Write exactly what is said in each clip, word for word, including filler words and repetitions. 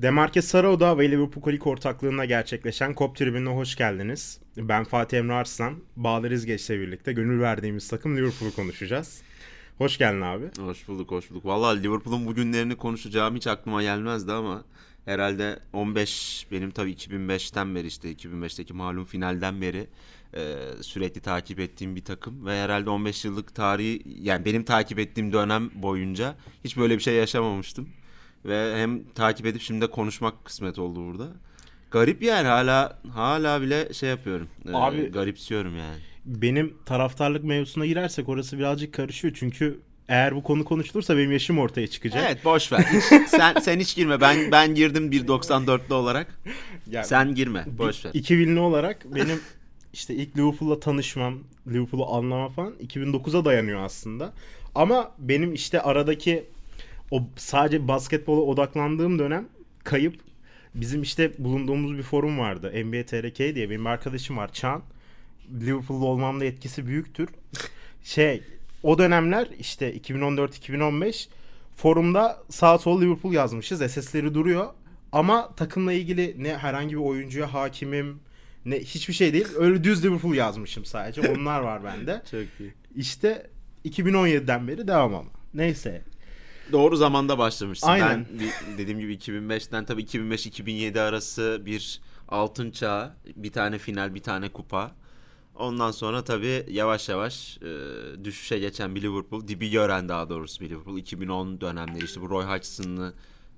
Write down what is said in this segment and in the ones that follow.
Demarke Sarıoda ve Liverpool Kolik ortaklığında gerçekleşen Kop Tribünü'ne hoş geldiniz. Ben Fatih Emre Arslan. Bahadır İzgeç'le birlikte gönül verdiğimiz takım Liverpool'u konuşacağız. Hoş geldin abi. Hoş bulduk, hoş bulduk. Vallahi Liverpool'un bugünlerini konuşacağım hiç aklıma gelmezdi ama herhalde on beş benim tabii iki bin beşten beri işte iki bin beşteki malum finalden beri e, sürekli takip ettiğim bir takım ve herhalde on beş yıllık tarihi, yani benim takip ettiğim dönem boyunca hiç böyle bir şey yaşamamıştım. Ve hem takip edip şimdi de konuşmak kısmet oldu burada. Garip yani, hala hala bile şey yapıyorum. E, Abi garipsiyorum yani. benim taraftarlık mevzusuna girersek orası birazcık karışıyor. Çünkü eğer bu konu konuşulursa benim yaşım ortaya çıkacak. Evet, boş ver. Hiç, sen sen hiç girme. Ben ben girdim bir doksan dörtlü olarak. Ya, Sen girme. Boş ver. iki binli olarak benim işte ilk Liverpool'la tanışmam, Liverpool'u anlama falan iki bin dokuza dayanıyor aslında. Ama benim işte aradaki o sadece basketbola odaklandığım dönem kayıp. Bizim işte bulunduğumuz bir forum vardı. N B A T R K diye, benim bir arkadaşım var, Çağan. Liverpool'lu olmamda etkisi büyüktür. Şey, o dönemler işte iki bin on dört iki bin on beş forumda sağ sol Liverpool yazmışız. S S'leri duruyor. Ama takımla ilgili ne herhangi bir oyuncuya hakimim ne hiçbir şey değil. Öyle düz Liverpool yazmışım sadece. Onlar var bende. Çok iyi. İşte iki bin on yediden beri devam ama. Neyse. Doğru zamanda başlamışsın. Aynen. Ben bir- dediğim gibi iki bin beşten tabii iki bin beş iki bin yedi arası bir altın çağ, bir tane final, bir tane kupa. Ondan sonra tabii yavaş yavaş e, düşüşe geçen bir Liverpool, dibi gören daha doğrusu bir Liverpool. iki bin on dönemleri, işte bu Roy Hodgson'lı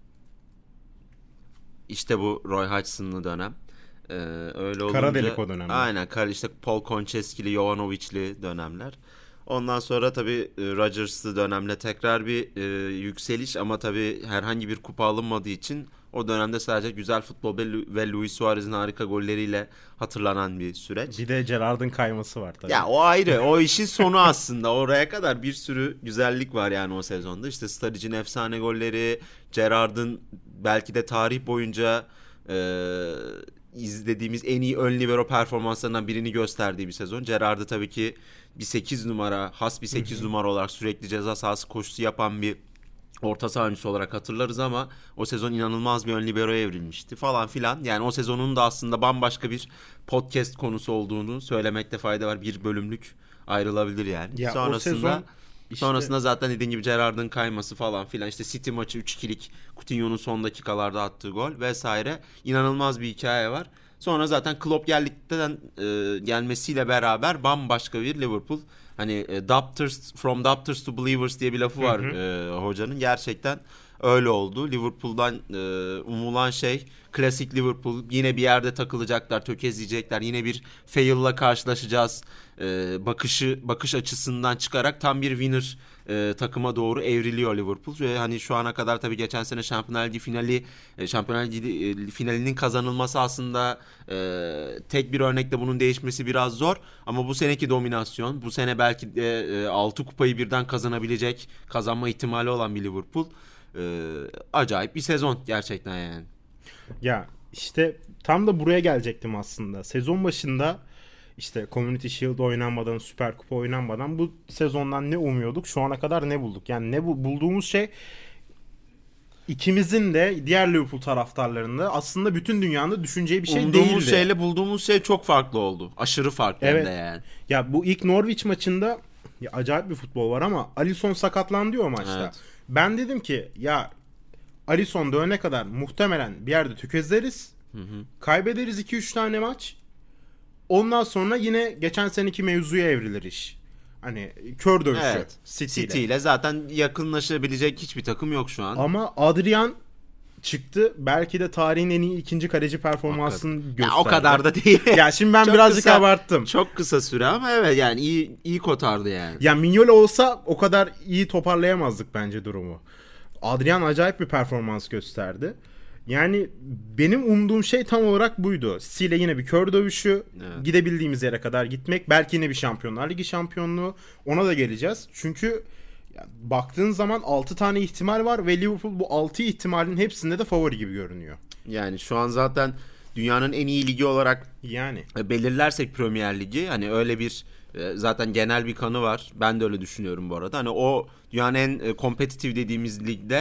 işte bu Roy Hodgson'lı dönem. E, öyle olunca Kara delik o dönemler. aynen, kar işte Paul Konchesky'li, Jovanovic'li dönemler. Ondan sonra tabii e, Rodgers'lı dönemle tekrar bir e, yükseliş, ama tabii herhangi bir kupa alınmadığı için o dönemde sadece güzel futbol ve Lu- ve Luis Suarez'in harika golleriyle hatırlanan bir süreç. Bir de Gerrard'ın kayması var tabii. Ya o ayrı. O işin sonu aslında. Oraya kadar bir sürü güzellik var yani o sezonda. İşte Sturridge'in efsane golleri, Gerrard'ın belki de tarih boyunca e, izlediğimiz en iyi ön libero performanslarından birini gösterdiği bir sezon. Gerrard'ı tabii ki bir sekiz numara, has bir sekiz numara olarak sürekli ceza sahası koşusu yapan bir orta saha oyuncusu olarak hatırlarız, ama o sezon inanılmaz bir ön libero'ya evrilmişti falan filan. Yani o sezonun da aslında bambaşka bir podcast konusu olduğunu söylemekte fayda var. Bir bölümlük ayrılabilir yani. Ya o Sonrasında sezon işte sonrasında zaten dediğin gibi Gerrard'ın kayması falan filan, işte City maçı üç ikilik Coutinho'nun son dakikalarda attığı gol vesaire, inanılmaz bir hikaye var. Sonra zaten Klopp geldikten e, gelmesiyle beraber bambaşka bir Liverpool. Hani e, Doctors, from Doctors to Believers diye bir lafı var Hı hı. e, hocanın. Gerçekten öyle oldu. Liverpool'dan e, umulan şey klasik Liverpool. Yine bir yerde takılacaklar, tökezleyecekler. Yine bir fail'la karşılaşacağız. E, bakışı bakış açısından çıkarak tam bir winner e, takıma doğru evriliyor Liverpool. Ve hani şu ana kadar tabii geçen sene Şampiyonlar Ligi finali, e, Şampiyonlar Ligi e, finalinin kazanılması aslında e, tek bir örnekle bunun değişmesi biraz zor. Ama bu seneki dominasyon, bu sene belki de e, altı kupayı birden kazanabilecek, kazanma ihtimali olan bir Liverpool. E, acayip bir sezon gerçekten yani. ya işte tam da buraya gelecektim aslında. Sezon başında işte Community Shield oynanmadan, Süper Kupa oynanmadan bu sezondan ne umuyorduk? Şu ana kadar ne bulduk? Yani ne bu, bulduğumuz şey ikimizin de diğer Liverpool taraftarlarında aslında bütün dünyanın düşüneceği bir şey Umduğumuz değildi. şeyle bulduğumuz şey çok farklı oldu. Aşırı farklı hem Evet. de yani. Ya bu ilk Norwich maçında ya acayip bir futbol var ama Alisson sakatlandı o maçta. Evet. Ben dedim ki ya Alisson dönene kadar muhtemelen bir yerde tökezleriz. Hı hı. Kaybederiz iki üç tane maç. Ondan sonra yine geçen seneki mevzuya evrilir iş. Hani kör dövüşü Evet. City ile. City ile zaten yakınlaşabilecek hiçbir takım yok şu an. Ama Adrian çıktı. Belki de tarihin en iyi ikinci kaleci performansını gösterdi. Ya o kadar da değil. Ya şimdi ben Çok birazcık kısa- abarttım. Çok kısa süre ama evet, yani iyi iyi kotardı yani. Ya Mignola olsa o kadar iyi toparlayamazdık bence durumu. Adrian acayip bir performans gösterdi. Yani benim umduğum şey tam olarak buydu. City ile yine bir kör dövüşü. Evet. Gidebildiğimiz yere kadar gitmek. Belki yine bir Şampiyonlar Ligi şampiyonluğu. Ona da geleceğiz. Çünkü ya, baktığın zaman altı tane ihtimal var ve Liverpool bu altı ihtimalin hepsinde de favori gibi görünüyor. Yani şu an zaten dünyanın en iyi ligi olarak Yani. e, belirlersek Premier Ligi, hani öyle bir e, zaten genel bir kanı var. Ben de öyle düşünüyorum bu arada. Hani o dünyanın en e, kompetitif dediğimiz ligde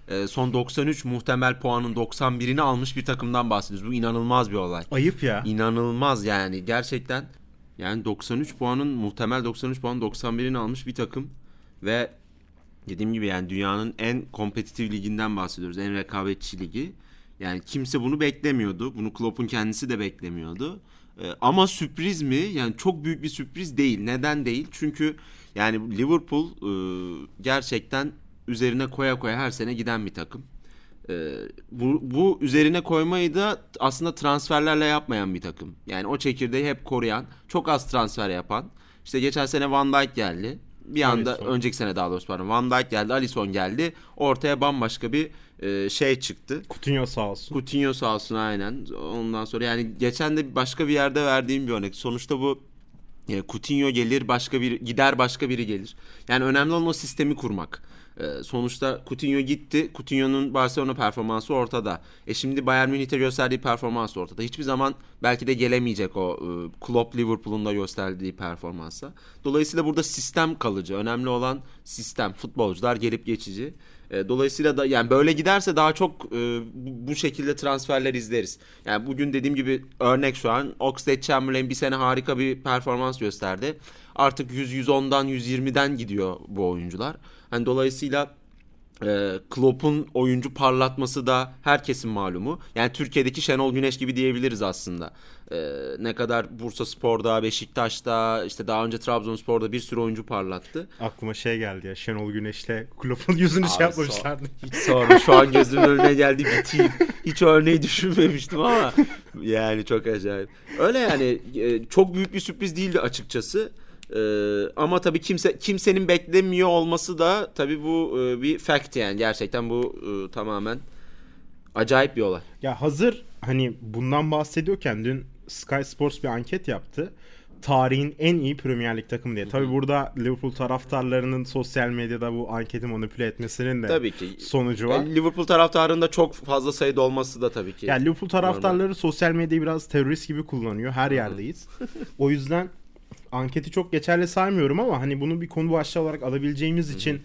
e, son doksan üç muhtemel puanın doksan birini almış bir takımdan bahsediyoruz. Bu inanılmaz bir olay. Ayıp ya. İnanılmaz yani gerçekten. Yani doksan üç puanın muhtemel doksan üç puanın doksan birini almış bir takım ve dediğim gibi yani dünyanın en kompetitif liginden bahsediyoruz. En rekabetçi ligi. Yani kimse bunu beklemiyordu. Bunu Klopp'un kendisi de beklemiyordu. Ee, ama sürpriz mi? Yani çok büyük bir sürpriz değil. Neden değil? Çünkü yani Liverpool e, gerçekten üzerine koya koya her sene giden bir takım. Ee, bu, bu üzerine koymayı da aslında transferlerle yapmayan bir takım. Yani o çekirdeği hep koruyan, çok az transfer yapan. İşte geçen sene Van Dijk geldi. Bir anda Alisson. önceki sene daha doğrusu pardon. Van Dijk geldi, Alisson geldi. Ortaya bambaşka bir e, şey çıktı. Coutinho sağ olsun. Coutinho sağ olsun aynen. Ondan sonra yani geçen de başka bir yerde verdiğim bir örnek. Sonuçta bu e, Coutinho gelir, başka bir gider, başka biri gelir. Yani önemli olan o sistemi kurmak. E, sonuçta Coutinho gitti. Coutinho'nun Barcelona performansı ortada. E şimdi Bayern Münih'te gösterdiği performans ortada. Hiçbir zaman belki de gelemeyecek o e, Klopp Liverpool'un da gösterdiği performansa. Dolayısıyla burada sistem kalıcı. Önemli olan sistem. Futbolcular gelip geçici. E, dolayısıyla da yani böyle giderse daha çok e, bu, bu şekilde transferler izleriz. Yani bugün dediğim gibi örnek şu an Oxlade-Chamberlain bir sene harika bir performans gösterdi. Artık yüz yüz ondan yüz yirmiden gidiyor bu oyuncular. Hani dolayısıyla e, Klopp'un oyuncu parlatması da herkesin malumu. Yani Türkiye'deki Şenol Güneş gibi diyebiliriz aslında. E, ne kadar Bursaspor'da, Beşiktaş'ta, işte daha önce Trabzonspor'da bir sürü oyuncu parlattı. Aklıma şey geldi ya. Şenol Güneş'le Klopp'un yüzünü Abi şey yapmamışlardı. So- hiç sorma, şu an gözümün önüne geldi biteyim. Hiç örneği düşünmemiştim ama yani çok acayip. Öyle yani e, çok büyük bir sürpriz değildi açıkçası. Ee, ama tabii kimse kimsenin beklemiyor olması da tabii bu e, bir fact yani gerçekten bu e, tamamen acayip bir olay. Ya hazır hani bundan bahsediyorken dün Sky Sports bir anket yaptı. Tarihin en iyi Premier Lig takımı diye. Tabii burada Liverpool taraftarlarının sosyal medyada bu anketi manipüle etmesinin de Tabii ki sonucu var. Yani Liverpool taraftarında çok fazla sayıda olması da tabii ki. Yani Liverpool taraftarları normal. Sosyal medyayı biraz terörist gibi kullanıyor. Her yerdeyiz. O yüzden anketi çok geçerli saymıyorum ama hani bunu bir konu başlığı olarak alabileceğimiz için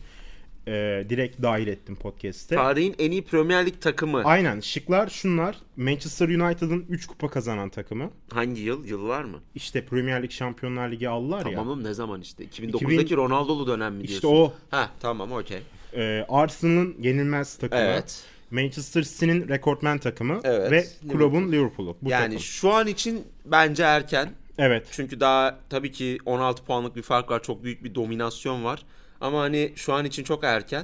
e, direkt dahil ettim podcast'te. Tarihin en iyi Premier Lig takımı. Aynen. Şıklar şunlar. Manchester United'ın üç kupa kazanan takımı. Hangi yıl? Yıl var mı? İşte Premier Lig, Şampiyonlar Ligi aldılar ya. Tamamım ne zaman işte? iki bin dokuzdaki iki bin Ronaldo'lu dönem mi diyorsun? İşte o. Ha tamam okey. E, Arsenal'ın yenilmez takımı. Evet. Manchester City'nin rekortmen takımı. Evet, Ve Liverpool. kulübün Liverpool'u. Bu Yani takım. şu an için bence erken. Evet. Çünkü daha tabii ki on altı puanlık bir fark var. Çok büyük bir dominasyon var. Ama hani şu an için çok erken.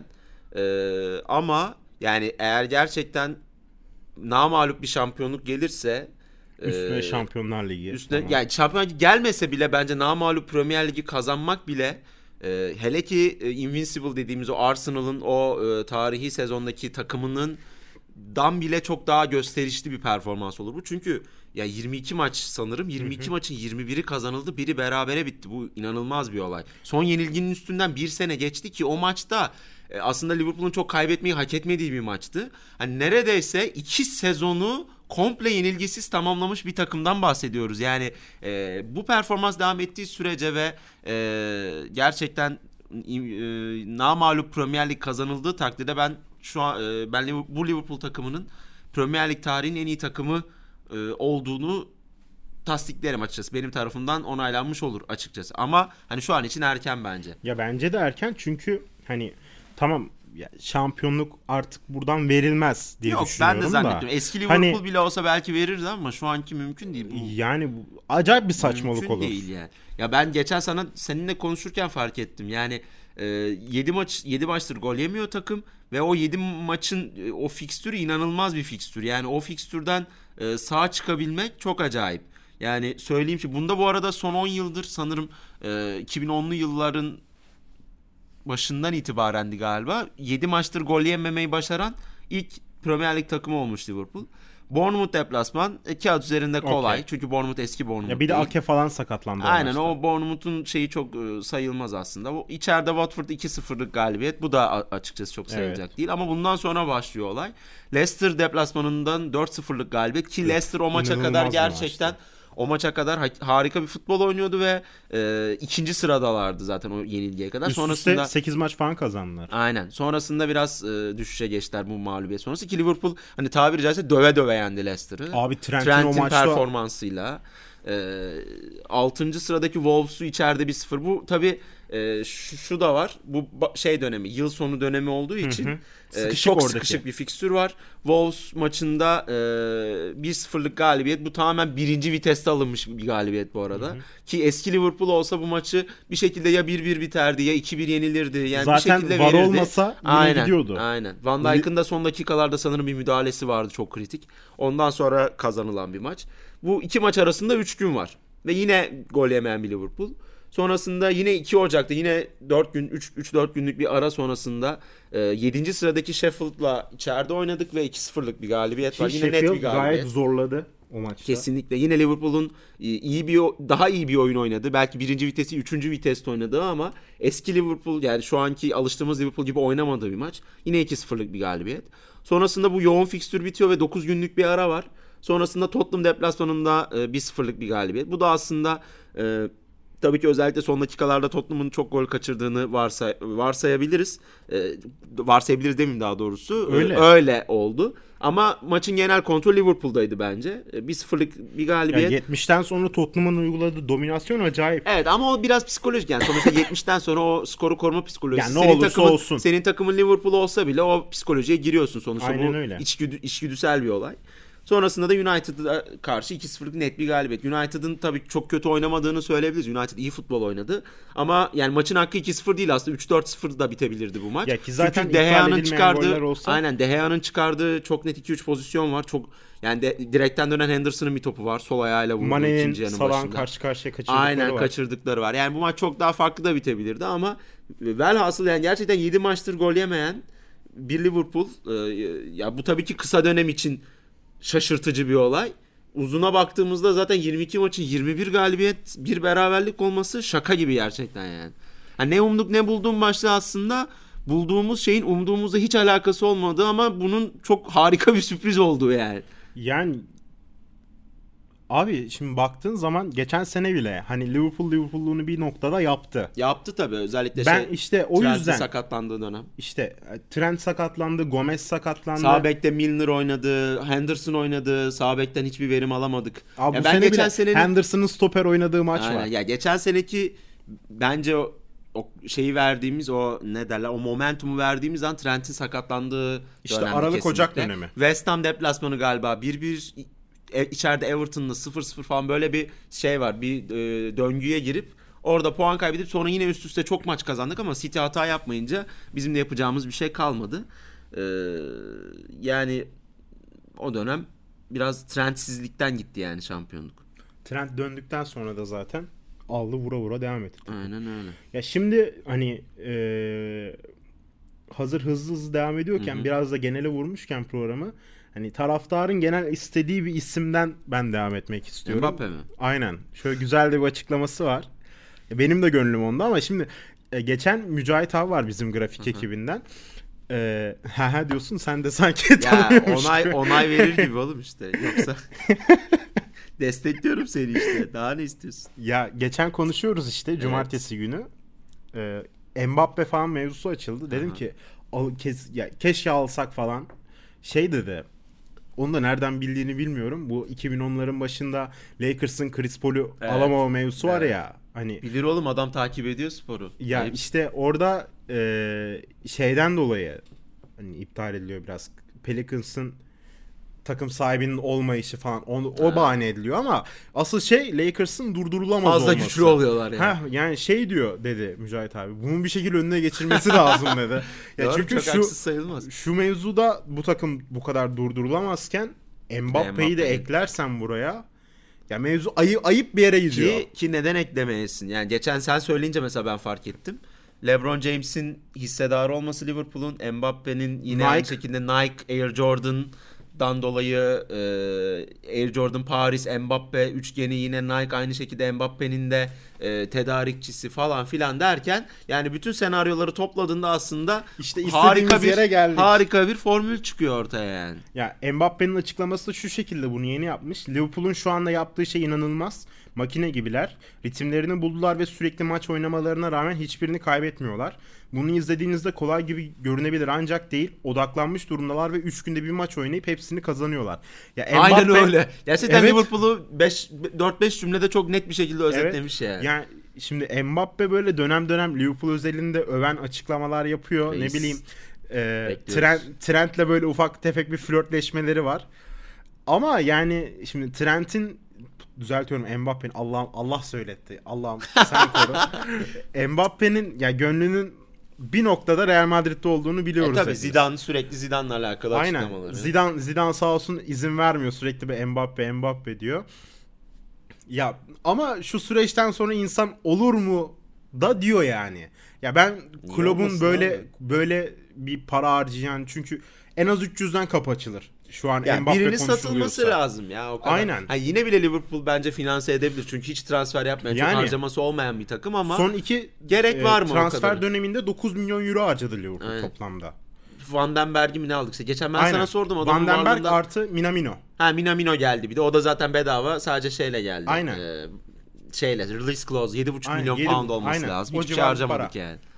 Ee, ama yani eğer gerçekten namağlup bir şampiyonluk gelirse Üstüne e, Şampiyonlar Ligi. üstüne Tamam. yani Şampiyonlar Ligi gelmese bile bence namağlup Premier Ligi kazanmak bile e, hele ki e, Invincible dediğimiz o Arsenal'ın o e, tarihi sezondaki takımının dan bile çok daha gösterişli bir performans olur bu. Çünkü ya yirmi iki maç sanırım yirmi iki maçın yirmi biri kazanıldı, biri berabere bitti. Bu inanılmaz bir olay. Son yenilginin üstünden bir sene geçti ki o maçta e, aslında Liverpool'un çok kaybetmeyi hak etmediği bir maçtı. Hani neredeyse iki sezonu komple yenilgisiz tamamlamış bir takımdan bahsediyoruz. Yani e, bu performans devam ettiği sürece ve e, gerçekten e, namağlup Premier Lig kazanıldığı takdirde ben şu an e, ben Liverpool, bu Liverpool takımının Premier Lig tarihinin en iyi takımı e, olduğunu tasdiklerim açıkçası. Benim tarafımdan onaylanmış olur açıkçası. Ama hani şu an için erken bence. Ya bence de erken çünkü hani tamam ya şampiyonluk artık buradan verilmez diye Yok ben düşünüyorum de da. zannetmiyorum. Eski Liverpool Hani, bile olsa belki verirdi ama şu anki mümkün değil. Bu yani bu acayip bir saçmalık mümkün olur. değil yani. Ya ben geçen sana seninle konuşurken fark ettim. Yani e, yedi maç yedi maçtır gol yemiyor takım ve o yedi maçın e, o fikstürü inanılmaz bir fikstür. Yani o fikstürden e, sağ çıkabilmek çok acayip. Yani söyleyeyim ki bunda bu arada son on yıldır sanırım e, iki bin onlu yılların başından itibarendi galiba. yedi maçtır gol yememeyi başaran ilk Premier Lig takımı olmuş Liverpool. Bournemouth deplasman e, kağıt üzerinde kolay. Okay. Çünkü Bournemouth eski Bournemouth Ya bir de değil. Ake falan sakatlandı. Aynen o, o Bournemouth'un şeyi çok e, sayılmaz aslında. O içeride Watford iki sıfırlık galibiyet. Bu da a- açıkçası çok sayılacak Evet. değil ama bundan sonra başlıyor olay. Leicester deplasmanından dört sıfırlık galibiyet ki Leicester o maça İnanılmaz kadar bir gerçekten maçtı. O maça kadar ha- harika bir futbol oynuyordu ve e, ikinci sıradalardı zaten o yenilgiye kadar. Üst Sonrasında üste sekiz maç falan kazandılar. aynen. Sonrasında biraz e, düşüşe geçtiler bu mağlubiyet sonrası ki Liverpool hani tabiri caizse döve döve yendi Leicester'ı. Abi Trent'in, o Trent'in maçta performansıyla. E, altıncı sıradaki Wolves'u içeride bir sıfır. Bu tabii e, şu, şu da var. Bu ba- şey dönemi, yıl sonu dönemi olduğu için hı. e, Sıkışık çok oradaki. sıkışık bir fikstür var. Wolves maçında e, bir sıfırlık galibiyet. Bu tamamen birinci viteste alınmış bir galibiyet bu arada. Hı hı. Ki eski Liverpool olsa bu maçı bir şekilde ya bir bir biterdi ya iki bir yenilirdi. Yani zaten bir şekilde var verirdi. olmasa yine aynen, gidiyordu. Aynen. Van Dijk'ın da son dakikalarda sanırım bir müdahalesi vardı çok kritik. Ondan sonra kazanılan bir maç. Bu iki maç arasında üç gün var. Ve yine gol yemeyen bir Liverpool. Sonrasında yine iki Ocak'ta yine dört gün üç dört günlük bir ara sonrasında e, yedinci sıradaki Sheffield'la içeride oynadık ve iki sıfırlık bir galibiyet var. Ki Yine net Sheffield bir galibiyet. gayet zorladı o maçta. Kesinlikle. Yine Liverpool'un iyi bir daha iyi bir oyun oynadı. Belki birinci vitesi üçüncü viteste oynadı ama eski Liverpool yani şu anki alıştığımız Liverpool gibi oynamadığı bir maç. Yine iki sıfırlık bir galibiyet. Sonrasında bu yoğun fikstür bitiyor ve dokuz günlük bir ara var. Sonrasında Tottenham deplasmanında bir sıfırlık bir galibiyet. Bu da aslında e, tabii ki özellikle son dakikalarda Tottenham'ın çok gol kaçırdığını varsay varsayabiliriz. E, varsayabiliriz demeyeyim daha doğrusu. Öyle. E, öyle oldu. Ama maçın genel kontrolü Liverpool'daydı bence. bir sıfırlık bir galibiyet. Yani yetmişten sonra Tottenham'ın uyguladığı dominasyon acayip. Evet ama o biraz psikolojik yani sonuçta yetmişten sonra o skoru koruma psikolojisi. Yani ne senin olursa takımın, olsun. Senin takımın Liverpool olsa bile o psikolojiye giriyorsun sonuçta. Aynen bu öyle. Içgüdü, içgüdüsel bir olay. Sonrasında da United'a karşı iki sıfırlık net bir galibiyet. United'ın tabii çok kötü oynamadığını söyleyebiliriz. United iyi futbol oynadı. Ama yani maçın hakkı iki sıfır değil aslında. üç dört sıfır da bitebilirdi bu maç. Ya ki zaten Çünkü De iptal Gea'nın edilmeyen çıkardığı goller olsa- aynen De Gea'nın çıkardığı çok net iki üç pozisyon var. Çok yani de, direkten dönen Henderson'ın bir topu var. Sol ayağıyla vurdu ikinci Mane'nin yarının Salah'ın başında. karşı karşıya kaçırdıkları Aynen var. kaçırdıkları var. Yani bu maç çok daha farklı da bitebilirdi ama velhasıl yani gerçekten yedi maçtır gol yemeyen bir Liverpool e, ya bu tabii ki kısa dönem için şaşırtıcı bir olay. Uzuna baktığımızda zaten yirmi iki maçın yirmi bir galibiyet, bir beraberlik olması şaka gibi gerçekten yani. Yani ne umduk ne bulduğum maçta aslında bulduğumuz şeyin umduğumuzla hiç alakası olmadığı ama bunun çok harika bir sürpriz olduğu yani. Yani abi şimdi baktığın zaman geçen sene bile hani Liverpool Liverpool'luğunu bir noktada yaptı. Yaptı tabii özellikle Ben şey, işte o Trent'in yüzden sakatlandığı dönem. işte Trent sakatlandı, Gomez sakatlandı. Sağ bekte Milner oynadı, Henderson oynadı. Sağ bekten hiçbir verim alamadık. Abi Ya bu ben sene geçen bile senenin Henderson'ın stoper oynadığı maç Aynen. var. Ya geçen seneki bence o, o şeyi verdiğimiz o ne derler o momentumu verdiğimiz an Trent'in sakatlandığı İşte dönemde Aralık kesinlikle. Ocak dönemi. West Ham deplasmanı galiba bir bir e, içeride Everton'la sıfır sıfır falan böyle bir şey var. Bir e, döngüye girip orada puan kaybedip sonra yine üst üste çok maç kazandık ama City hata yapmayınca bizim de yapacağımız bir şey kalmadı. Ee, yani o dönem biraz Trent'sizlikten gitti yani şampiyonluk. Trent döndükten sonra da zaten aldı vura vura devam etti. Aynen öyle. Ya şimdi hani eee, hazır hızlı hızlı devam ediyorken Hı hı. biraz da genele vurmuşken programı hani taraftarın genel istediği bir isimden ben devam etmek istiyorum. Mbappe mi? Aynen. Şöyle güzel de bir açıklaması var. Ya benim de gönlüm onda ama şimdi e, geçen Mücahit abi var bizim grafik Hı hı. ekibinden. Eee ha ha diyorsun sen de sanki Ya tanımıyormuş onay gibi. onay verir gibi oğlum işte. Yoksa destekliyorum seni işte. Daha ne istiyorsun? Ya geçen konuşuyoruz işte cumartesi günü. Ee, Mbappe falan mevzusu açıldı. Dedim Aha. ki al, kes, ya, keşke alsak falan. Şey dedi. Onu da nereden bildiğini bilmiyorum. Bu iki bin onların başında Lakers'ın Chris Paul'u Evet. alamama mevzusu var Evet. ya. Hani Bilir oğlum adam takip ediyor sporu. ya Ayıp. işte orada e, şeyden dolayı hani iptal ediliyor biraz. Pelicans'ın takım sahibinin olmayışı falan o, o Ha. bahane ediliyor ama asıl şey Lakers'ın durdurulamaz fazla olması. güçlü oluyorlar yani. Ha yani şey diyor dedi Mücahit abi. Bunun bir şekilde önüne geçirmesi lazım dedi. Ya Doğru, çünkü çok şu haksız sayılmaz. şu mevzuda bu takım bu kadar durdurulamazken Mbappe'yi de Mbappe'yi. eklersen buraya ya mevzu ayı, ayıp bir yere gidiyor. Ki, ki neden eklemeyesin? Yani geçen sen söyleyince mesela ben fark ettim. LeBron James'in hissedarı olması Liverpool'un, Mbappe'nin yine Nike. aynı şekilde Nike, Air Jordan Nike'dan dolayı e, Air Jordan Paris, Mbappe üçgeni, yine Nike aynı şekilde Mbappe'nin de e, tedarikçisi falan filan derken, yani bütün senaryoları topladığında aslında İşte harika istediğimiz bir yere geldik. harika bir formül çıkıyor ortaya yani. Ya Mbappe'nin açıklaması da şu şekilde, bunu yeni yapmış. Liverpool'un şu anda yaptığı şey inanılmaz. Makine gibiler. Ritimlerini buldular ve sürekli maç oynamalarına rağmen hiçbirini kaybetmiyorlar. Bunu izlediğinizde kolay gibi görünebilir ancak değil. Odaklanmış durumdalar ve üç günde bir maç oynayıp hepsini kazanıyorlar. Ya Mbappe, Aynen öyle. Gerçekten evet, Liverpool'u dört beş cümlede çok net bir şekilde özetlemiş evet, yani. Yani şimdi Mbappe böyle dönem dönem Liverpool özelinde öven açıklamalar yapıyor. Reis. Ne bileyim e, Trent, Trent'le böyle ufak tefek bir flörtleşmeleri var. Ama yani şimdi Trent'in, düzeltiyorum, Mbappe'nin, Allah Allah söyletti. Allah'ım sen koru. Mbappe'nin ya gönlünün bir noktada Real Madrid'de olduğunu biliyoruz. E tabii hepimiz. Zidane, sürekli Zidane'la alakalı Aynen. açıklamaları. Zidane Zidane sağ olsun izin vermiyor, sürekli bir Mbappe Mbappe diyor. Ya ama şu süreçten sonra insan olur mu da diyor yani. Ya ben Niye kulübün olmasın böyle abi? böyle bir para harcayan, çünkü en az üç yüzden kapı açılır. Şu an Yani Mbappe birinin konuşuluyorsa. satılması lazım ya, o kadar. Aynen. Ha, yine bile Liverpool bence finanse edebilir çünkü hiç transfer yapmayan, Yani, çok harcaması olmayan bir takım ama son iki gerek var mı o transfer kadar? döneminde dokuz milyon euro harcadı Liverpool Aynen. toplamda. Van den Berg'i mi ne aldık? İşte geçen ben Aynen. sana sordum. Van den Berg varlığından... artı Minamino. Ha, Minamino geldi bir de, o da zaten bedava, sadece şeyle geldi. Aynen. Ee, şeyle, release clause yedi buçuk Aynen, milyon yedi- pound olması aynen. lazım. O Hiçbir şey civar harcamadık para. yani.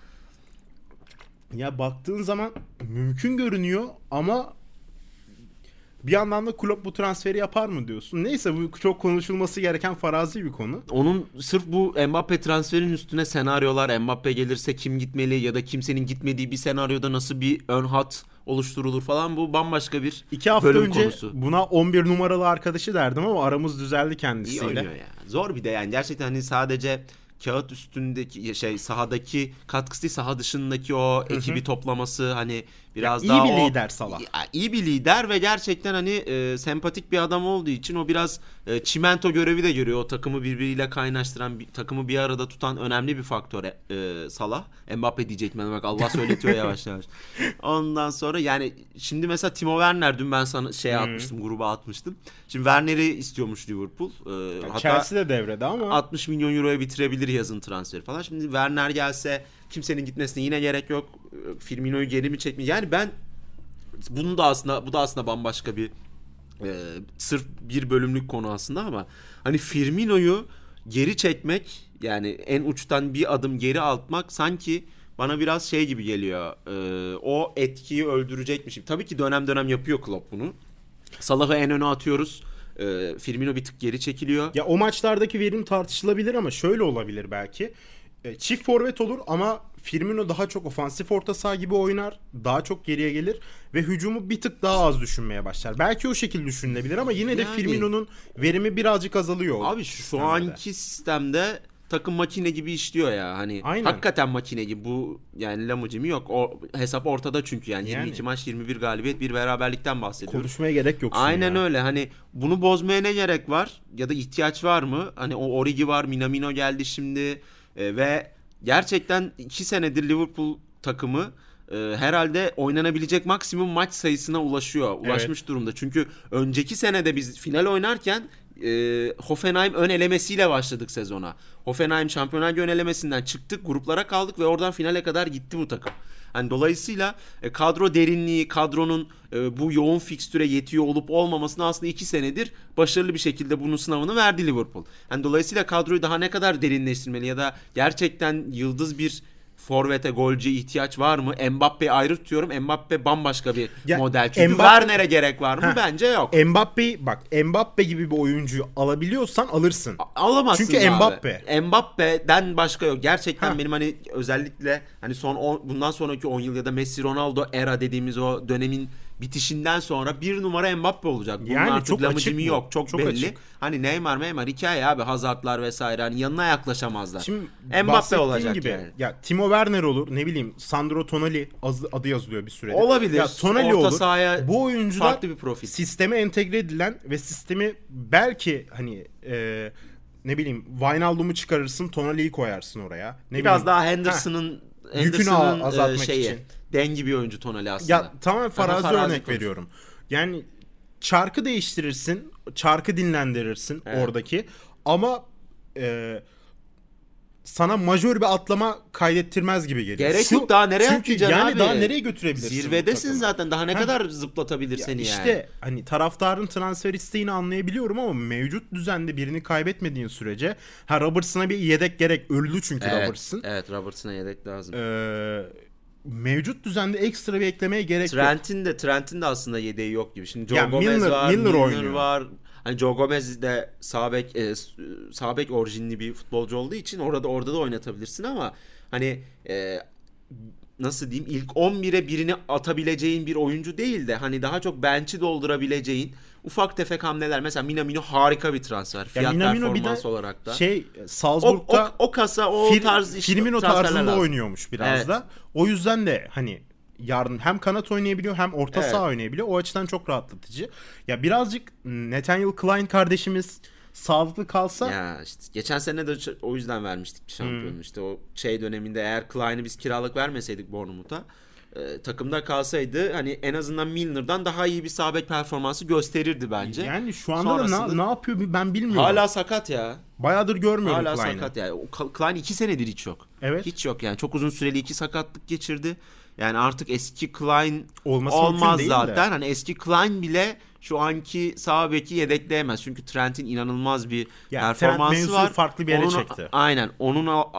Ya baktığın zaman mümkün görünüyor ama bir yandan da kulüp bu transferi yapar mı diyorsun. Neyse, bu çok konuşulması gereken farazi bir konu. Onun sırf bu Mbappe transferinin üstüne senaryolar, Mbappe gelirse kim gitmeli ya da kimsenin gitmediği bir senaryoda nasıl bir ön hat oluşturulur falan, bu bambaşka bir İki hafta bölüm önce konusu. buna on bir numaralı arkadaşı derdim ama aramız düzeldi İyi kendisiyle. oynuyor ya. Zor bir de yani, gerçekten hani sadece kağıt üstündeki şey, sahadaki katkısı değil, saha dışındaki o ekibi toplaması, hani biraz Ya, daha iyi bir o, lider Salah. İyi, iyi bir lider ve gerçekten hani e, sempatik bir adam olduğu için o biraz e, çimento görevi de görüyor. O takımı birbiriyle kaynaştıran, bir, takımı bir arada tutan önemli bir faktör e, Salah. Mbappe diyecektim ben, bak Allah söyletiyor yavaş yavaş. Ondan sonra yani şimdi mesela Timo Werner, dün ben sana şey atmıştım, gruba atmıştım. Şimdi Werner'i istiyormuş Liverpool. E, hatta Chelsea de devrede ama altmış milyon euroya bitirebilir yazın transferi falan. Şimdi Werner gelse kimsenin gitmesine yine gerek yok. Firmino'yu geri mi çekmi? Yani ben bunu da aslında, bu da aslında bambaşka bir e, sırf bir bölümlük konu aslında ama hani Firmino'yu geri çekmek, yani en uçtan bir adım geri atmak sanki bana biraz şey gibi geliyor. E, o etkiyi öldürecekmişim. Tabii ki dönem dönem yapıyor Klopp bunu. Salah'ı en öne atıyoruz. E, Firmino bir tık geri çekiliyor. ya o maçlardaki verim tartışılabilir ama şöyle olabilir belki. E, Çift forvet olur ama Firmino daha çok ofansif orta saha gibi oynar. Daha çok geriye gelir ve hücumu bir tık daha az düşünmeye başlar. Belki o şekilde düşünülebilir ama yine de Yani. Firmino'nun verimi birazcık azalıyor. Abi şu sistemde. anki sistemde takım makine gibi işliyor ya. Hani Aynen. hakikaten makine gibi, bu yani lamıcımı yok. O hesap ortada çünkü yani, Yani. yirmi iki maç, yirmi bir galibiyet, bir beraberlikten bahsediyoruz. Konuşmaya gerek yok. Aynen ya. öyle. Hani bunu bozmaya ne gerek var ya da ihtiyaç var mı? Hani o Origi var, Minamino geldi şimdi e, ve gerçekten iki senedir Liverpool takımı e, herhalde oynanabilecek maksimum maç sayısına ulaşıyor. Ulaşmış Evet. durumda. Çünkü önceki senede biz final oynarken e, Hoffenheim ön elemesiyle başladık sezona. Hoffenheim Şampiyonlar Ligi ön elemesinden çıktık, gruplara kaldık ve oradan finale kadar gitti bu takım. Hani dolayısıyla e, kadro derinliği, kadronun e, bu yoğun fikstüre yetiyor olup olmamasını aslında iki senedir başarılı bir şekilde bunun sınavını verdi Liverpool. Hani dolayısıyla kadroyu daha ne kadar derinleştirmeli ya da gerçekten yıldız bir forvete, golcüye ihtiyaç var mı? Mbappe'yi ayrı tutuyorum. Mbappe bambaşka bir Ya, model. Çünkü Mbappe- Werner'e gerek var mı? Heh. Bence yok. Mbappe, bak Mbappe gibi bir oyuncuyu alabiliyorsan alırsın. A- Alamazsın Çünkü abi. Mbappe. Mbappe'den başka yok. Gerçekten Heh. benim hani özellikle hani son on, bundan sonraki on yıl ya da Messi Ronaldo era dediğimiz o dönemin bitişinden sonra bir numara Mbappe olacak. Bunun Yani artık çok lamıcımı açık bu. yok. Çok, Çok belli. açık. Hani Neymar, Neymar hikaye abi. Hazardlar vesaire. Hani yanına yaklaşamazlar. Şimdi Mbappe bahsettiğin olacak gibi, yani. ya Timo Werner olur, ne bileyim Sandro Tonali adı, adı yazılıyor bir süredir. Olabilir. Ya Tonali Orta olur. sahaya Bu oyuncular farklı bir profil. sisteme entegre edilen ve sistemi belki hani e, ne bileyim Wijnaldum'u çıkarırsın, Tonali'yi koyarsın oraya. Ne Biraz bileyim. daha Heh. Henderson'ın Yükünü Henderson'ın azaltmak e, şeyi, için. dengi bir oyuncu Tonali aslında. Ya tamamen farazi farazi örnek konuşuyor. veriyorum. Yani çarkı değiştirirsin, çarkı dinlendirirsin Evet. oradaki ama e, sana majör bir atlama kaydettirmez gibi geliyor. Gerek Şu- yok, daha nereye çünkü atlayacaksın yani abi? daha nereye götürebilirsin? bu Zirvedesin takımı? zaten, daha ne Heh. kadar zıplatabilir Ya seni işte yani. hani taraftarın transfer isteğini anlayabiliyorum ama mevcut düzende birini kaybetmediğin sürece ha Robertson'a bir yedek gerek, öldü çünkü Evet, Robertson. evet, Robertson'a yedek lazım. Ee, mevcut düzende ekstra bir eklemeye gerek yok. Trent'in de Trent'in de aslında yedeği yok gibi. Şimdi Joe Ya Gomez Milner- var, Milner Milner, oynuyor. var. Hani Joe Gomez de sağ bek e, sağ bek orijinli bir futbolcu olduğu için orada orada da oynatabilirsin ama hani e, nasıl diyeyim, ilk on bire birini atabileceğin bir oyuncu değil de hani daha çok bench'i doldurabileceğin ufak tefek hamleler. Mesela Minamino harika bir transfer. Fiyat Minamino bir de performans olarak da. Şey o, Salzburg'da o, o kasa o Fir- tarz işte Firmino transferler tarzında lazım. oynuyormuş biraz Evet. da. O yüzden de hani yarın hem kanat oynayabiliyor hem orta Evet. saha oynayabiliyor. O açıdan çok rahatlatıcı. Ya birazcık Nathaniel Klein kardeşimiz sağlıklı kalsa Ya işte geçen sene de ç- o yüzden vermiştik bir şampiyonu. Hmm. İşte o şey döneminde eğer Klein'i biz kiralık vermeseydik Bournemouth'a, e, takımda kalsaydı hani en azından Milner'dan daha iyi bir sağ bek performansı gösterirdi bence. yani şu anda da Sonrasında- ne, ne yapıyor ben bilmiyorum. Hala sakat ya. Bayağıdır görmüyorum Hala Klein'i. sakat yani. O Ka- Klein iki senedir hiç yok. Evet. Hiç yok yani. Çok uzun süreli iki sakatlık geçirdi. Yani artık eski Klein Olması olmaz mümkün değil de. zaten. Hani eski Klein bile şu anki sağ beki yedekleyemez. Çünkü Trent'in inanılmaz bir Ya, performansı Trent mevzuyu var. farklı bir yere Onun- çekti. Aynen. Onun o,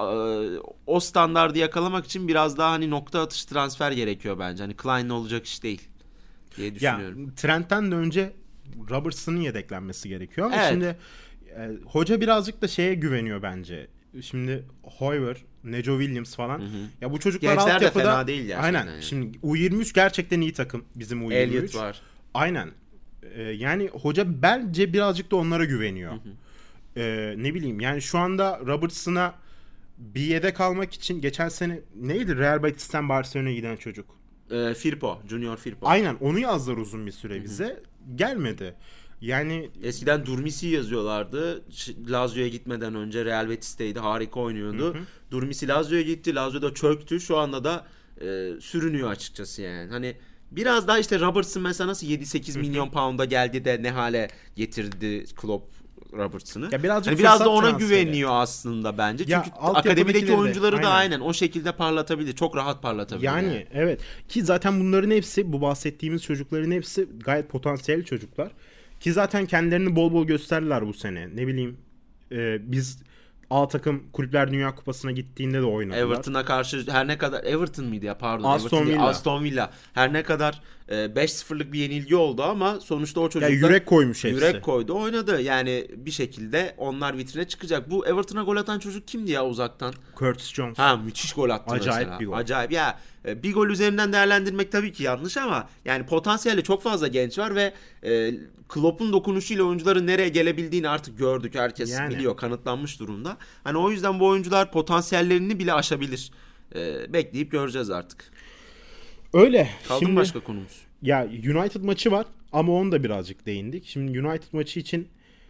o standardı yakalamak için biraz daha hani nokta atışı transfer gerekiyor bence. Hani Klein'le olacak iş değil diye Ya düşünüyorum. Trent'ten de önce Robertson'ın yedeklenmesi gerekiyor ama Evet. şimdi e, hoca birazcık da şeye güveniyor bence. Şimdi Hoyver, Neco Williams falan. Ya bu çocuklar Gençler de altyapıda fena değil gerçekten aynen. yani. Şimdi U yirmi üç gerçekten iyi takım bizim U yirmi üç. Elliot var. Aynen. Ee, yani hoca bence birazcık da onlara güveniyor. Ee, ne bileyim yani şu anda Robertson'a bir yedek almak için geçen sene neydi Real Betis'ten Barcelona'ya giden çocuk. Ee, Firpo, Junior Firpo. Aynen onu yazdılar uzun bir süre bize. Gelmedi. Yani Eskiden Durmisi yazıyorlardı. Ş- Lazio'ya gitmeden önce Real Betis'teydi. Harika oynuyordu. Durmisi Lazio'ya gitti. Lazio'da çöktü. Şu anda da e, sürünüyor açıkçası yani. Hani biraz daha işte Robertson mesela nasıl yedi sekiz milyon pound'a geldi de ne hale getirdi Klopp Robertson'ı. Ya birazcık hani biraz fırsat da ona transferi. güveniyor aslında bence. Ya Çünkü altyapıdakileri akademideki de, oyuncuları da aynen. aynen o şekilde parlatabilir. Çok rahat parlatabilir. yani evet ki zaten bunların hepsi bu bahsettiğimiz çocukların hepsi gayet potansiyel çocuklar. Ki zaten kendilerini bol bol gösterdiler bu sene. Ne bileyim e, biz A takım Kulüpler Dünya Kupası'na gittiğinde de oynadılar. Everton'a karşı her ne kadar Everton mıydı ya pardon Aston Everton değil, Villa. Aston Villa her ne kadar e, beş sıfırlık bir yenilgi oldu ama sonuçta o Ya çocuklar yürek koymuş hepsi. yürek koydu oynadı yani bir şekilde onlar vitrine çıkacak. Bu Everton'a gol atan çocuk kimdi ya uzaktan? Curtis Jones. Ha müthiş gol attı Acayip mesela. bir gol. Acayip ya e, bir gol üzerinden değerlendirmek tabii ki yanlış ama yani potansiyelde çok fazla genç var ve e, Klopp'un dokunuşuyla oyuncuların nereye gelebildiğini artık gördük. Herkes Yani. biliyor, kanıtlanmış durumda. Hani o yüzden bu oyuncular potansiyellerini bile aşabilir. E, bekleyip göreceğiz artık. Öyle. Kaldı Şimdi mı başka konumuz? ya United maçı var ama onu da birazcık değindik. Şimdi United maçı için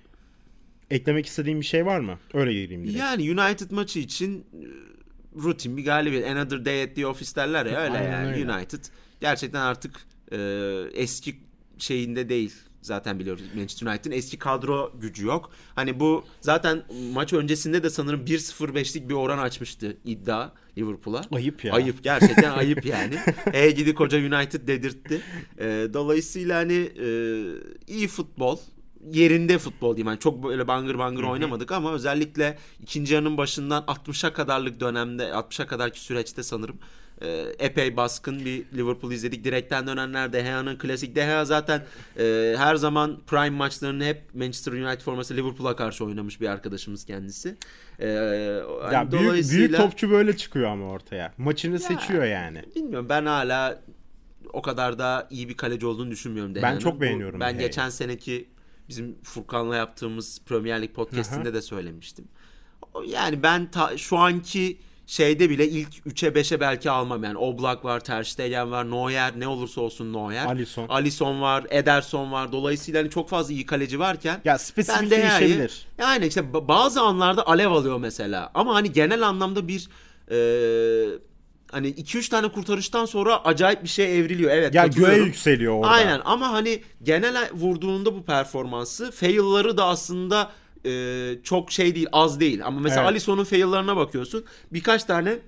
eklemek istediğin bir şey var mı? Öyle gireyim direkt. Yani United maçı için e, rutin bir galibiyet. Another day at the office derler ya öyle Aynen yani. öyle. United gerçekten artık e, eski şeyinde değil. Zaten biliyoruz Manchester United'ın eski kadro gücü yok. Hani bu zaten maç öncesinde de sanırım bir sıfır beşlik bir oran açmıştı iddia Liverpool'a. Ayıp ya. Ayıp, gerçekten ayıp yani. E gidi koca United dedirtti. E, dolayısıyla hani e, iyi futbol, yerinde futbol diyeyim. Yani çok böyle bangır bangır oynamadık ama özellikle ikinci yarının başından altmışa kadarlık dönemde, altmışa kadarki süreçte sanırım e, epey baskın bir Liverpool izledik. Direkten dönenler De Gea'nın klasik. De Gea zaten e, her zaman prime maçlarını hep Manchester United forması Liverpool'a karşı oynamış bir arkadaşımız kendisi. E, hani Ya büyük, dolayısıyla büyük topçu böyle çıkıyor ama ortaya. Maçını seçiyor yani. bilmiyorum, ben hala o kadar da iyi bir kaleci olduğunu düşünmüyorum De Ben Gea'nın. çok Bu- beğeniyorum Ben De Gea'yı. geçen seneki bizim Furkan'la yaptığımız Premier Lig podcast'inde de söylemiştim. O- Yani ben ta- şu anki şeyde bile ilk üçe beşe belki almam yani. Oblak var, Ter Stegen var, Neuer, ne olursa olsun Neuer. Alisson. Alisson var, Ederson var. Dolayısıyla hani çok fazla iyi kaleci varken Ya spesifik ben De Gea'yı- değişebilir. Yani işte ba- bazı anlarda alev alıyor mesela. Ama hani genel anlamda bir e, hani iki üç tane kurtarıştan sonra acayip bir şey evriliyor. Evet, Ya göğe katılıyorum. yükseliyor orada. Aynen, ama hani genel vurduğunda bu performansı, fail'ları da aslında e, çok şey değil, az değil. Ama mesela Evet. Alisson'un fail'larına bakıyorsun. Birkaç tane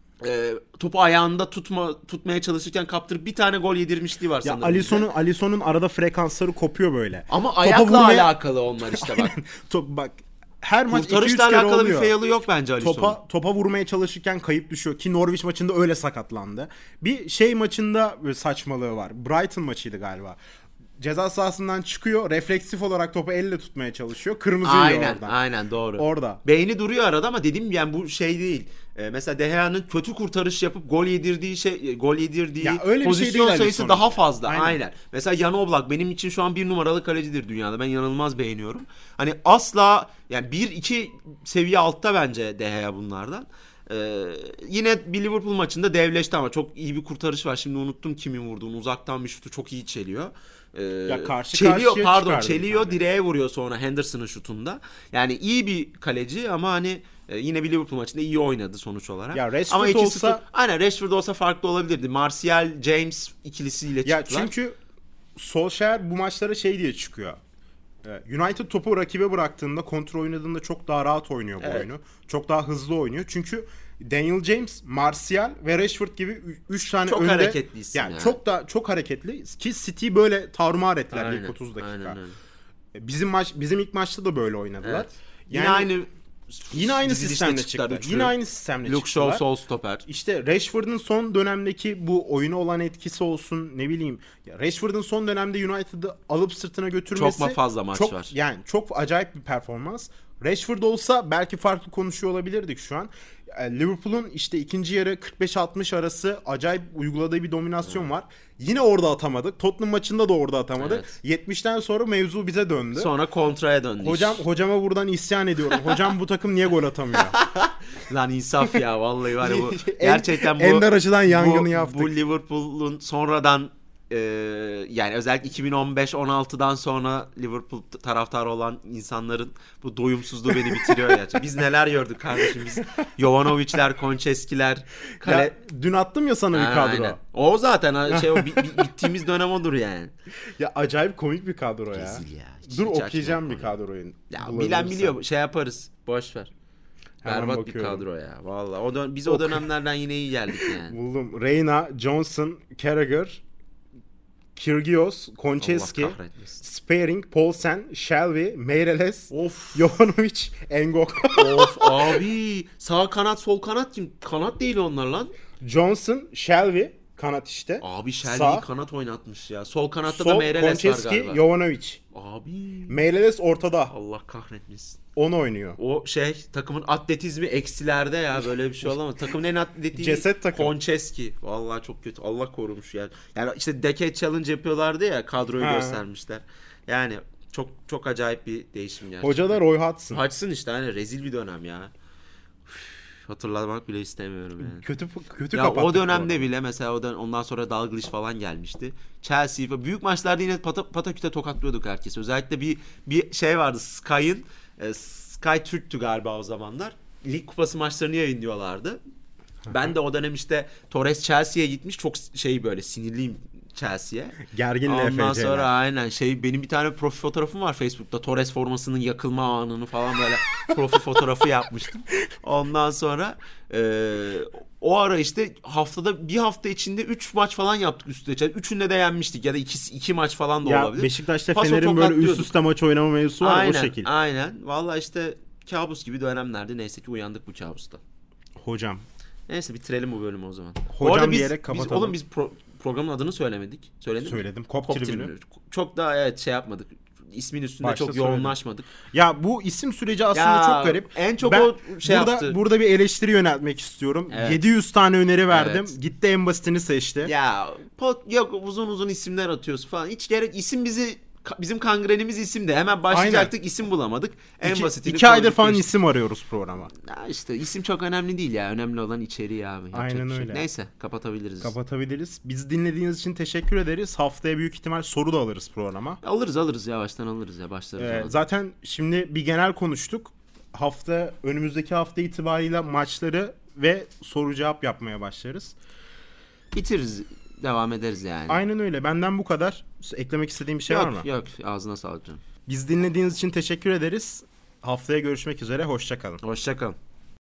e, topu ayağında tutma tutmaya çalışırken kaptırıp bir tane gol yedirmişliği var Ya sanırım. Alisson'un bize. Alisson'un arada frekansları kopuyor böyle. Ama Topa ayakla vurmaya- alakalı onlar işte bak. Top, bak her maç iki üç Kurtarışla kere alakalı bir oluyor. fail'ı yok bence Alisson'un. Topa topa vurmaya çalışırken kayıp düşüyor ki Norwich maçında öyle sakatlandı. Bir şey maçında böyle saçmalığı var. Brighton maçıydı galiba. Ceza sahasından çıkıyor, refleksif olarak topu elle tutmaya çalışıyor. Kırmızı yiyor Aynen, oradan. aynen doğru. Orada. Beyni duruyor arada ama dediğim gibi yani bu şey değil. Ee, mesela De Gea'nın kötü kurtarış yapıp gol yedirdiği şey, gol yedirdiği Ya öyle bir şey pozisyon değil sayısı Alisson'un. daha fazla. Aynen. Aynen. Mesela Jan Oblak benim için şu an bir numaralı kalecidir dünyada. Ben inanılmaz beğeniyorum. Hani asla yani bir iki seviye altta bence De Gea bunlardan. Ee, yine bir Liverpool maçında devleşti ama çok iyi bir kurtarış var. Şimdi unuttum kimin vurduğunu. Uzaktan bir şutu çok iyi çeliyor. Ee, Ya karşı çeliyor, karşıya pardon çıkardı bir çeliyor tane. direğe vuruyor sonra Henderson'ın şutunda. Yani iyi bir kaleci ama hani e, yine bir Liverpool maçında iyi oynadı sonuç olarak. Ya Rashford ama iki sıfır olsa- aynen Rashford olsa farklı olabilirdi. Martial James ikilisiyle Ya çıktılar. çünkü Solskjaer bu maçlara şey diye çıkıyor. Ee, United topu rakibe bıraktığında, kontrol oynadığında çok daha rahat oynuyor bu Evet. oyunu. Çok daha hızlı oynuyor. Çünkü Daniel James, Martial ve Rashford gibi üç tane Çok önde. hareketli isim yani. yani. Çok da çok hareketli ki City böyle tarumar ettiler Aynen, ilk otuz dakika. aynen öyle. Bizim maç bizim ilk maçta da böyle oynadılar. Evet. Yine Yani aynı yine aynı dizilişte sistemle çıktılar, çıktılar. üçlü. Yine aynı sistemle Luke çıktılar. Shaw sol stoper. İşte Rashford'un son dönemdeki bu oyuna olan etkisi olsun, ne bileyim. Ya Rashford'un son dönemde United'ı alıp sırtına götürmesi Çok fazla maç çok, var. Yani çok acayip bir performans. Rashford olsa belki farklı konuşuyor olabilirdik şu an. Yani Liverpool'un işte ikinci yarı kırk beş altmış arası acayip uyguladığı bir dominasyon var. Yine orada atamadık. Tottenham maçında da orada atamadık. Evet. yetmişten sonra mevzu bize döndü. Sonra kontraya döndü. Hocam iş. hocama buradan isyan ediyorum. Hocam bu takım niye gol atamıyor? Lan insaf ya vallahi var ya bu En- gerçekten bu ender açıdan yangını bu, yaptık. Bu Liverpool'un sonradan e, yani özellikle iki bin on beş on altıdan sonra Liverpool taraftarı olan insanların bu doyumsuzluğu beni bitiriyor gerçekten. Biz neler gördük kardeşim biz. Jovanovic'ler, Konçeskiler, kale Ya, dün attım ya sana bir Ha, kadro. aynen. O zaten ha, şey o bi- bi- bittiğimiz dönem odur yani. Ya acayip komik bir kadro ya. Rezil ya. Hiç- Dur hiç okuyacağım açma bir konuyu. kadroyu. Ya Bulabilirsem. bilen biliyor şey yaparız. Boş ver. Hemen Berbat bir bakıyorum. kadro ya. Vallahi o dön- biz o Ok. dönemlerden yine iyi geldik yani. Buldum. Reyna, Johnson, Carragher, Kyrgios, Konçeski, Allah kahretmesin. Sparing, Paulsen, Shelby, Meireles, Of. Jovanovic, Engok, Of abi. Sağ kanat sol kanat kim? Kanat değil onlar lan. Johnson, Shelby, kanat işte. Abi Shelby'yi Sağ. kanat oynatmış ya. Sol kanatta da Sol, Meireles var Konçeski, galiba. Jovanovic. Abi. Meireles ortada. Allah kahretmesin. Onu oynuyor. O şey takımın atletizmi eksilerde ya böyle bir şey olamaz. Takımın en atletiği Ceset takım. Konçeski. Vallahi çok kötü. Allah korumuş yani. Yani işte Decade Challenge yapıyorlardı ya kadroyu Ha. göstermişler. Yani çok çok acayip bir değişim gerçekten. Hoca da Roy Hodgson. Hudson işte hani rezil bir dönem ya. Üf, hatırlamak bile istemiyorum yani. Kötü kötü Ya kapattık o dönemde bu arada. bile mesela o dön- ondan sonra Dalglish falan gelmişti. Chelsea ve büyük maçlarda yine pata, pataküte tokatlıyorduk herkes. Özellikle bir bir şey vardı Sky'ın e, Sky Türk'tü galiba o zamanlar. Lig kupası maçlarını yayınlıyorlardı. Ben de o dönem işte Torres Chelsea'ye gitmiş. Çok şey böyle sinirliyim Chelsea'ye. Gergin Ondan L F C'ler. sonra aynen şey benim bir tane profil fotoğrafım var Facebook'ta. Torres formasının yakılma anını falan böyle profil fotoğrafı yapmıştım. Ondan sonra e, o ara işte haftada bir hafta içinde üç maç falan yaptık üst üste. Üçünde de yenmiştik ya da iki, iki maç falan da Ya olabilir. Beşiktaş'ta Paso Fener'in böyle üst tokatlıyorduk. üste maç oynama mevzusu var aynen, o şekil. Aynen. Valla işte kabus gibi dönemlerdi. Neyse ki uyandık bu kabusta. Hocam. Neyse bitirelim bu bölümü o zaman. Hocam Bu arada biz, diyerek biz, kapatalım. oğlum biz pro- programın adını söylemedik. Söyledin mi? Söyledim. Kop, Kop tribünü. tribünü. Çok daha evet şey yapmadık. İsmin üstünde Başta çok söyledim. yoğunlaşmadık. Ya bu isim süreci aslında Ya, çok garip. en çok Ben o şey burada, yaptı. Burada bir eleştiri yöneltmek istiyorum. Evet. yedi yüz tane öneri verdim. Evet. Gitti en basitini seçti. Ya pot yok uzun uzun isimler atıyorsun falan. Hiç gerek isim bizi ka- bizim kangrenimiz isimdi. Hemen başlayacaktık isim bulamadık. En iki, basitini iki aydır koyduk falan geçtik. isim arıyoruz programa. Ya işte isim çok önemli değil ya. Önemli olan içeriği abi. Yapacak Aynen bir şey yok. öyle. Neyse kapatabiliriz. Kapatabiliriz. Bizi dinlediğiniz için teşekkür ederiz. Haftaya büyük ihtimal soru da alırız programa. Alırız alırız yavaştan alırız ya başlarız. Ee, ona. zaten şimdi bir genel konuştuk. Hafta önümüzdeki hafta itibariyle maçları ve soru cevap yapmaya başlarız. Bitiririz, devam ederiz yani. Aynen öyle. Benden bu kadar. Eklemek istediğim bir şey yok, var mı? Yok, ağzına sağlık canım. Biz dinlediğiniz için teşekkür ederiz. Haftaya görüşmek üzere. Hoşça kalın. Hoşça kalın.